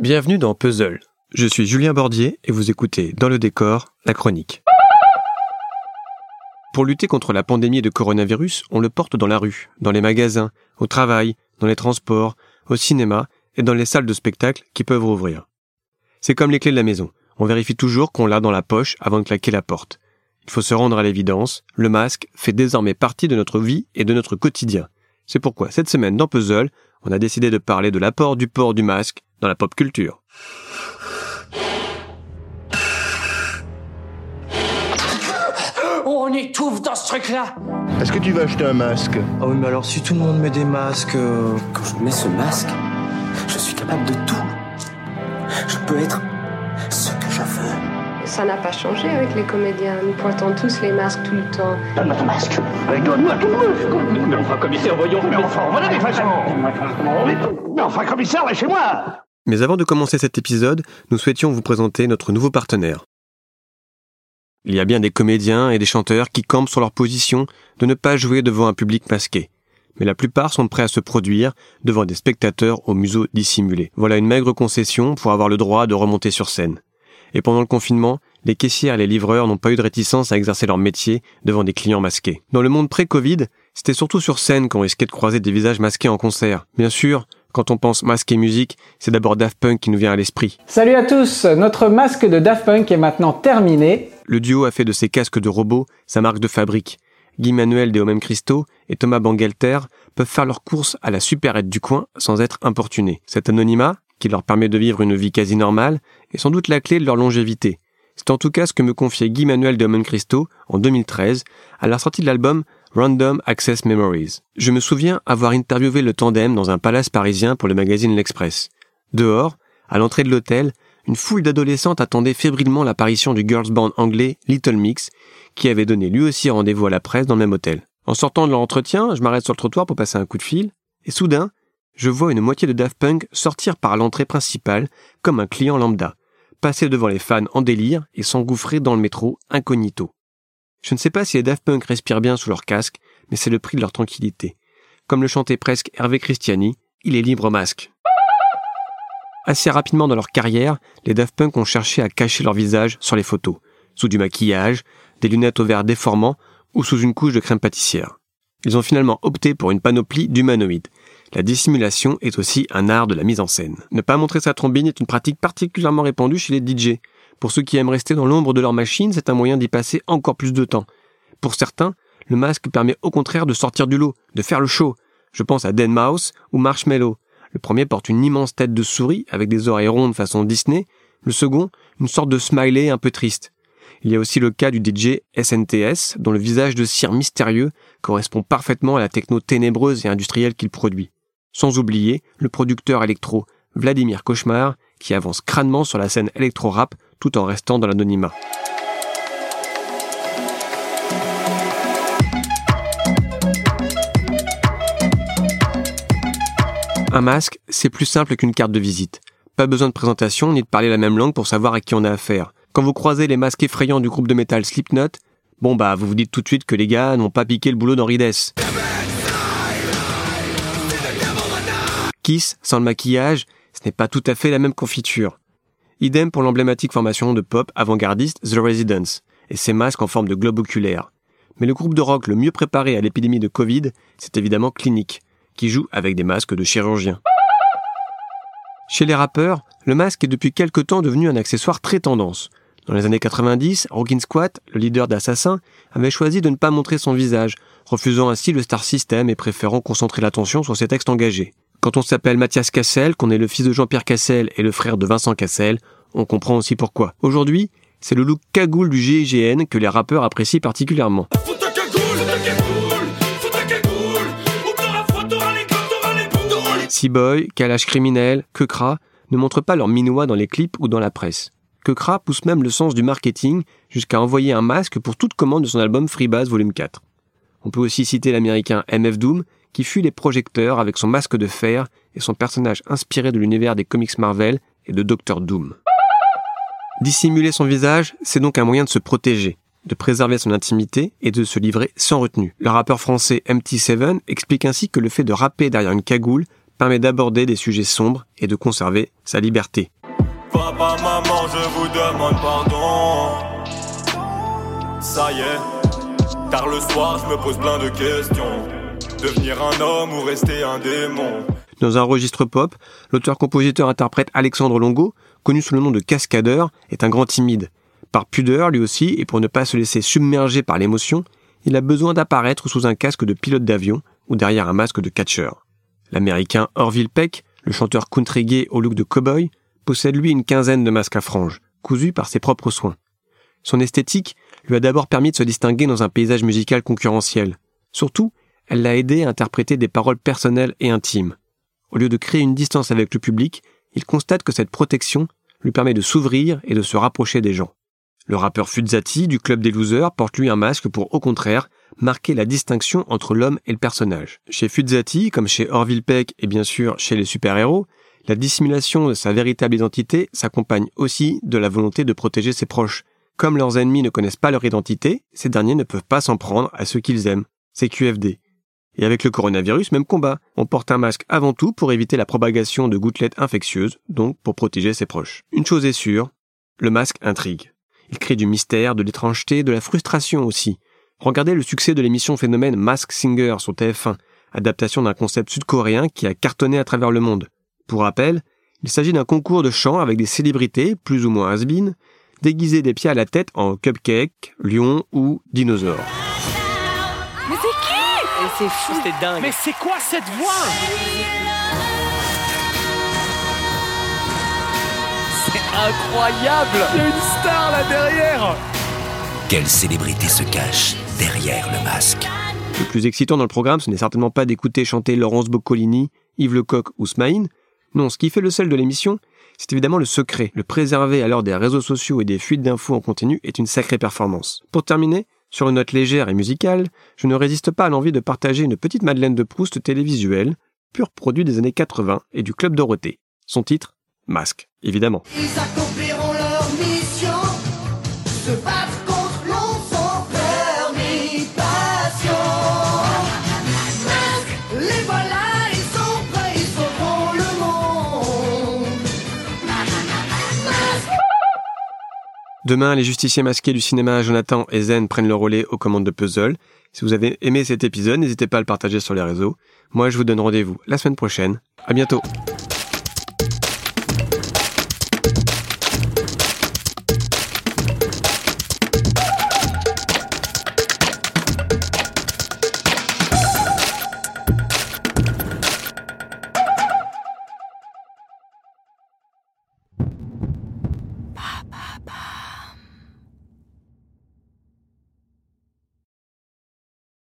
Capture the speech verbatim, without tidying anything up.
Bienvenue dans Puzzle. Je suis Julien Bordier et vous écoutez Dans le décor, la chronique. Pour lutter contre la pandémie de coronavirus, on le porte dans la rue, dans les magasins, au travail, dans les transports, au cinéma et dans les salles de spectacle qui peuvent rouvrir. C'est comme les clés de la maison. On vérifie toujours qu'on l'a dans la poche avant de claquer la porte. Il faut se rendre à l'évidence, le masque fait désormais partie de notre vie et de notre quotidien. C'est pourquoi cette semaine dans Puzzle, on a décidé de parler de l'apport du port du masque dans la pop culture. On étouffe dans ce truc-là. Est-ce que tu vas acheter un masque ? Ah oui, mais alors si tout le monde met des masques... Euh... Quand je mets ce masque, je suis capable de tout. Je peux être ce que je veux. Ça n'a pas changé avec les comédiens. Nous portons tous les masques tout le temps. Donne-moi ton masque. Donne-moi ton masque. Mais enfin, commissaire, voyons. Mais enfin, voilà des façons. Mais enfin, commissaire, lâchez-moi. Mais avant de commencer cet épisode, nous souhaitions vous présenter notre nouveau partenaire. Il y a bien des comédiens et des chanteurs qui campent sur leur position de ne pas jouer devant un public masqué. Mais la plupart sont prêts à se produire devant des spectateurs au museau dissimulé. Voilà une maigre concession pour avoir le droit de remonter sur scène. Et pendant le confinement, les caissières et les livreurs n'ont pas eu de réticence à exercer leur métier devant des clients masqués. Dans le monde pré-Covid, c'était surtout sur scène qu'on risquait de croiser des visages masqués en concert. Bien sûr, quand on pense masque et musique, c'est d'abord Daft Punk qui nous vient à l'esprit. Salut à tous, notre masque de Daft Punk est maintenant terminé. Le duo a fait de ses casques de robots sa marque de fabrique. Guy Manuel des Homem Christo et Thomas Bangalter peuvent faire leurs courses à la supérette du coin sans être importunés. Cet anonymat, qui leur permet de vivre une vie quasi normale, est sans doute la clé de leur longévité. C'est en tout cas ce que me confiait Guy Manuel des Homem Christo en deux mille treize, à la sortie de l'album Random Access Memories. Je me souviens avoir interviewé le tandem dans un palace parisien pour le magazine L'Express. Dehors, à l'entrée de l'hôtel, une foule d'adolescentes attendait fébrilement l'apparition du girls band anglais Little Mix, qui avait donné lui aussi rendez-vous à la presse dans le même hôtel. En sortant de leur entretien, je m'arrête sur le trottoir pour passer un coup de fil, et soudain, je vois une moitié de Daft Punk sortir par l'entrée principale comme un client lambda, passer devant les fans en délire et s'engouffrer dans le métro incognito. Je ne sais pas si les Daft Punk respirent bien sous leur casque, mais c'est le prix de leur tranquillité. Comme le chantait presque Hervé Christiani, il est libre masque. Assez rapidement dans leur carrière, les Daft Punk ont cherché à cacher leur visage sur les photos, sous du maquillage, des lunettes au verre déformants ou sous une couche de crème pâtissière. Ils ont finalement opté pour une panoplie d'humanoïdes. La dissimulation est aussi un art de la mise en scène. Ne pas montrer sa trombine est une pratique particulièrement répandue chez les D J. Pour ceux qui aiment rester dans l'ombre de leur machine, c'est un moyen d'y passer encore plus de temps. Pour certains, le masque permet au contraire de sortir du lot, de faire le show. Je pense à deadmau cinq ou Marshmello. Le premier porte une immense tête de souris avec des oreilles rondes façon Disney. Le second, une sorte de smiley un peu triste. Il y a aussi le cas du D J S N T S, dont le visage de cire mystérieux correspond parfaitement à la techno ténébreuse et industrielle qu'il produit. Sans oublier le producteur électro Vladimir Cauchemar, qui avance crânement sur la scène électro-rap tout en restant dans l'anonymat. Un masque, c'est plus simple qu'une carte de visite. Pas besoin de présentation ni de parler la même langue pour savoir à qui on a affaire. Quand vous croisez les masques effrayants du groupe de métal Slipknot, bon bah vous vous dites tout de suite que les gars n'ont pas piqué le boulot d'Henri Dess. Kiss, sans le maquillage, ce n'est pas tout à fait la même confiture. Idem pour l'emblématique formation de pop avant-gardiste The Residents, et ses masques en forme de globe oculaire. Mais le groupe de rock le mieux préparé à l'épidémie de Covid, c'est évidemment Clinique, qui joue avec des masques de chirurgiens. Chez les rappeurs, le masque est depuis quelque temps devenu un accessoire très tendance. Dans les années quatre-vingt-dix, Rockin' Squat, le leader d'Assassin, avait choisi de ne pas montrer son visage, refusant ainsi le star system et préférant concentrer l'attention sur ses textes engagés. Quand on s'appelle Mathias Cassel, qu'on est le fils de Jean-Pierre Cassel et le frère de Vincent Cassel, on comprend aussi pourquoi. Aujourd'hui, c'est le look cagoule du G I G N que les rappeurs apprécient particulièrement. Seaboy, Kalash Criminel, Keukra ne montrent pas leur minois dans les clips ou dans la presse. Keukra pousse même le sens du marketing jusqu'à envoyer un masque pour toute commande de son album Freebase Volume quatre. On peut aussi citer l'américain M F Doom, qui fuit les projecteurs avec son masque de fer et son personnage inspiré de l'univers des comics Marvel et de docteur Doom. Dissimuler son visage, c'est donc un moyen de se protéger, de préserver son intimité et de se livrer sans retenue. Le rappeur français M T sept explique ainsi que le fait de rapper derrière une cagoule permet d'aborder des sujets sombres et de conserver sa liberté. Papa, maman, je vous demande pardon. Ça y est, tard le soir, je me pose plein de questions. Devenir un homme ou rester un démon? Dans un registre pop, l'auteur-compositeur-interprète Alexandre Longo, connu sous le nom de Cascadeur, est un grand timide. Par pudeur, lui aussi, et pour ne pas se laisser submerger par l'émotion, il a besoin d'apparaître sous un casque de pilote d'avion ou derrière un masque de catcheur. L'américain Orville Peck, le chanteur country gay au look de cow-boy, possède lui une quinzaine de masques à franges, cousus par ses propres soins. Son esthétique lui a d'abord permis de se distinguer dans un paysage musical concurrentiel. Surtout, elle l'a aidé à interpréter des paroles personnelles et intimes. Au lieu de créer une distance avec le public, il constate que cette protection lui permet de s'ouvrir et de se rapprocher des gens. Le rappeur Fuzzati du Club des Losers porte lui un masque pour, au contraire, marquer la distinction entre l'homme et le personnage. Chez Fuzzati, comme chez Orville Peck et bien sûr chez les super-héros, la dissimulation de sa véritable identité s'accompagne aussi de la volonté de protéger ses proches. Comme leurs ennemis ne connaissent pas leur identité, ces derniers ne peuvent pas s'en prendre à ceux qu'ils aiment. C'est Q F D. Et avec le coronavirus, même combat. On porte un masque avant tout pour éviter la propagation de gouttelettes infectieuses, donc pour protéger ses proches. Une chose est sûre, le masque intrigue. Il crée du mystère, de l'étrangeté, de la frustration aussi. Regardez le succès de l'émission phénomène Masked Singer sur T F un, adaptation d'un concept sud-coréen qui a cartonné à travers le monde. Pour rappel, il s'agit d'un concours de chant avec des célébrités, plus ou moins has-been, déguisées des pieds à la tête en cupcake, lion ou dinosaure. Mais c'est qui? Et c'est fou, c'est dingue. Mais c'est quoi cette voix? C'est incroyable! Il y a une star là derrière! Quelle célébrité se cache derrière le masque? Le plus excitant dans le programme, ce n'est certainement pas d'écouter chanter Laurence Boccolini, Yves Lecoq ou Smaïn. Non, ce qui fait le sel de l'émission, c'est évidemment le secret. Le préserver à l'heure des réseaux sociaux et des fuites d'infos en continu est une sacrée performance. Pour terminer, sur une note légère et musicale, je ne résiste pas à l'envie de partager une petite Madeleine de Proust télévisuelle, pur produit des années quatre-vingts et du Club Dorothée. Son titre, Masque, évidemment. Ils accompliront leur mission, se battre contre l'ombre sans peur ni passion. Masque, les voilà, ils sont prêts, ils sauveront le monde. Masque. Demain, les justiciers masqués du cinéma Jonathan et Zen prennent le relais aux commandes de Puzzle. Si vous avez aimé cet épisode, n'hésitez pas à le partager sur les réseaux. Moi, je vous donne rendez-vous la semaine prochaine. À bientôt.